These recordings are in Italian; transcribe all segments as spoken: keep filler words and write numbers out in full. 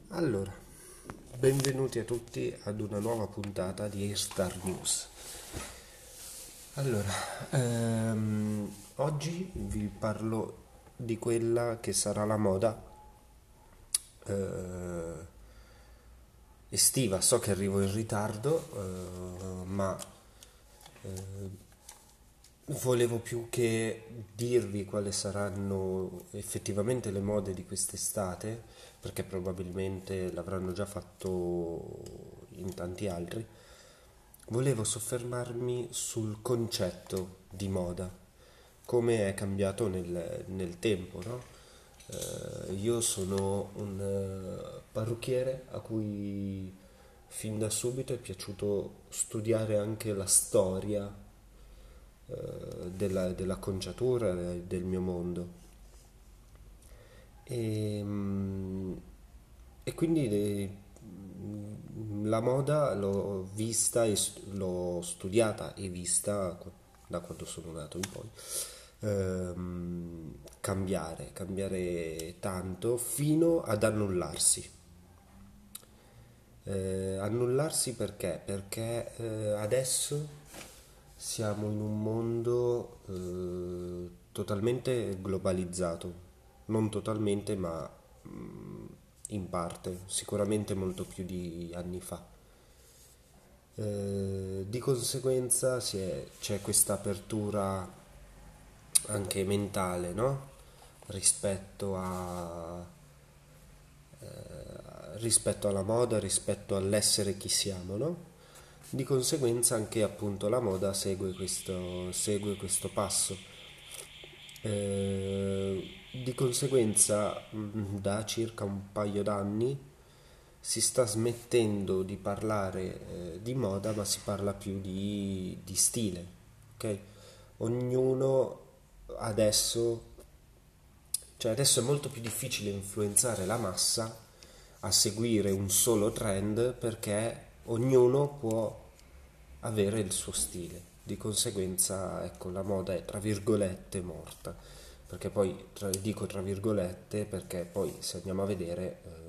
Allora, benvenuti a tutti ad una nuova puntata di Airstar News. Allora, ehm, oggi vi parlo di quella che sarà la moda eh, estiva. So che arrivo in ritardo, eh, ma eh, volevo più che dirvi quali saranno effettivamente le mode di quest'estate, perché probabilmente l'avranno già fatto in tanti altri. Volevo soffermarmi sul concetto di moda, come è cambiato nel, nel tempo, no? Eh, io sono un eh, parrucchiere a cui fin da subito è piaciuto studiare anche la storia eh, della, dell'acconciatura eh, del mio mondo. E, mm, e quindi le- la moda l'ho vista e st- l'ho studiata e vista qu- da quando sono nato in poi. Ehm, cambiare, cambiare tanto fino ad annullarsi. Eh, annullarsi perché? Perché eh, adesso siamo in un mondo eh, totalmente globalizzato, non totalmente, ma mm, in parte, sicuramente molto più di anni fa. Eh, di conseguenza si è- c'è questa apertura anche mentale, no? Rispetto a, eh, rispetto alla moda, rispetto all'essere chi siamo, no? Di conseguenza anche appunto la moda segue questo, segue questo passo. Eh, di conseguenza mh, da circa un paio d'anni si sta smettendo di parlare eh, di moda, ma si parla più di, di stile, ok? Ognuno adesso, cioè adesso è molto più difficile influenzare la massa a seguire un solo trend perché ognuno può avere il suo stile. Di conseguenza, ecco, la moda è tra virgolette morta. Perché poi tra- dico tra virgolette perché poi se andiamo a vedere eh,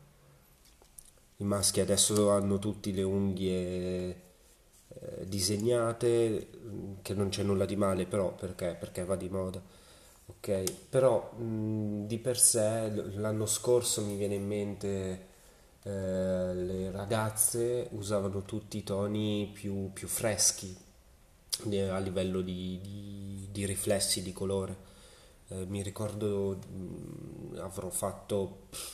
i maschi adesso hanno tutti le unghie eh, disegnate, mm, che non c'è nulla di male, però perché? Perché va di moda. Ok, però mh, di per sé l- l'anno scorso mi viene in mente eh, le ragazze usavano tutti i toni più, più freschi eh, a livello di, di- di riflessi di colore. Eh, mi ricordo mh, avrò fatto pff,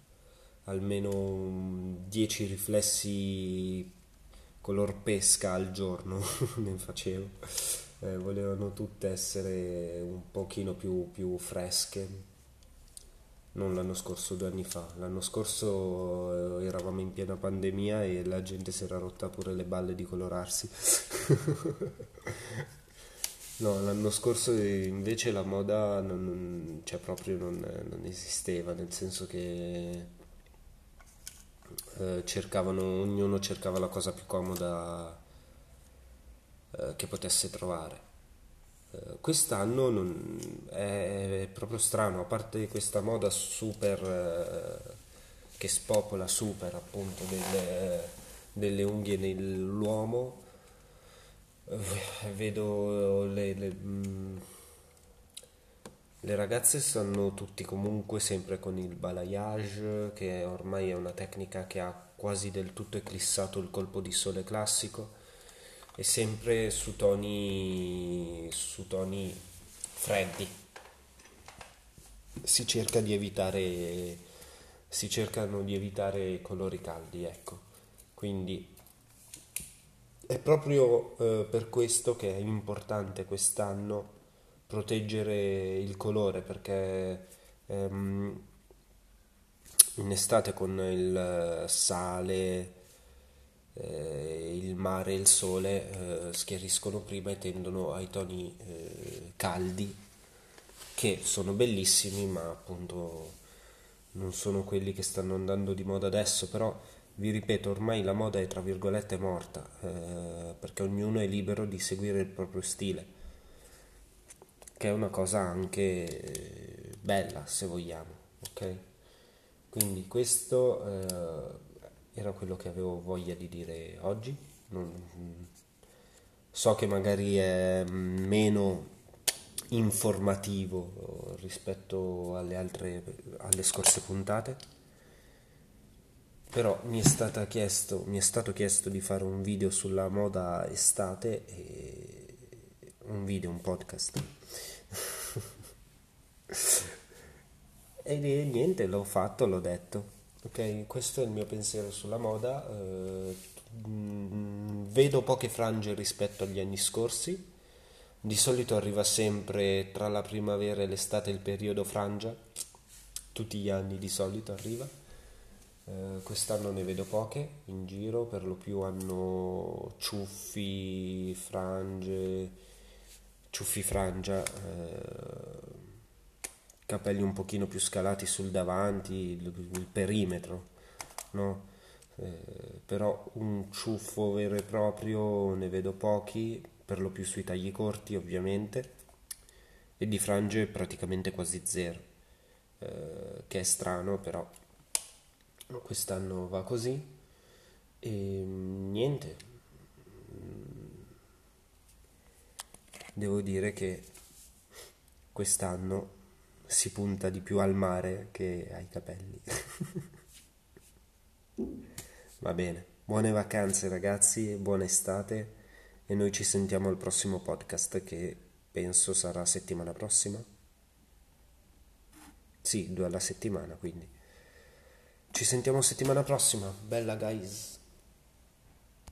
almeno dieci riflessi color pesca al giorno, ne facevo. Eh, volevano tutte essere un pochino più, più fresche. Non l'anno scorso, due anni fa. L'anno scorso eh, eravamo in piena pandemia e la gente si era rotta pure le balle di colorarsi. No, l'anno scorso eh, invece la moda non, non- cioè proprio non, non esisteva, nel senso che eh, cercavano, ognuno cercava la cosa più comoda eh, che potesse trovare. Eh, quest'anno non- è, è proprio strano, a parte questa moda super eh, che spopola super appunto delle, delle unghie nell'uomo, eh, vedo le, le, mm, le ragazze stanno tutti comunque sempre con il balayage, che ormai è una tecnica che ha quasi del tutto eclissato il colpo di sole classico, e sempre su toni, su toni freddi. Si cerca di evitare, si cercano di evitare colori caldi, ecco. Quindi è proprio eh, per questo che è importante quest'anno proteggere il colore, perché ehm, in estate con il sale, eh, il mare e il sole eh, schiariscono prima e tendono ai toni eh, caldi, che sono bellissimi, ma appunto non sono quelli che stanno andando di moda adesso. Però vi ripeto, ormai la moda è tra virgolette morta, eh, perché ognuno è libero di seguire il proprio stile, che è una cosa anche eh, bella se vogliamo, ok? Quindi questo eh, era quello che avevo voglia di dire oggi. Non- so che magari è meno informativo rispetto alle altre, alle scorse puntate, però mi è stata chiesto, mi è stato chiesto di fare un video sulla moda estate e un video, un podcast. E niente, l'ho fatto, l'ho detto. Ok, questo è il mio pensiero sulla moda. eh, mm, vedo poche frange rispetto agli anni scorsi. Di solito arriva sempre tra la primavera e l'estate il periodo frangia. Tutti gli anni di solito arriva. Eh, quest'anno ne vedo poche in giro, per lo più hanno ciuffi, frange, ciuffi frangia, eh, capelli un pochino più scalati sul davanti, il, il perimetro, no? Eh, però un ciuffo vero e proprio ne vedo pochi, per lo più sui tagli corti ovviamente, e di frange praticamente quasi zero, eh, che è strano, però quest'anno va così. E niente, devo dire che quest'anno si punta di più al mare che ai capelli. Va bene, buone vacanze ragazzi, buona estate e noi ci sentiamo al prossimo podcast che penso sarà settimana prossima. Sì, due alla settimana, quindi. Ci sentiamo settimana prossima. Bella guys.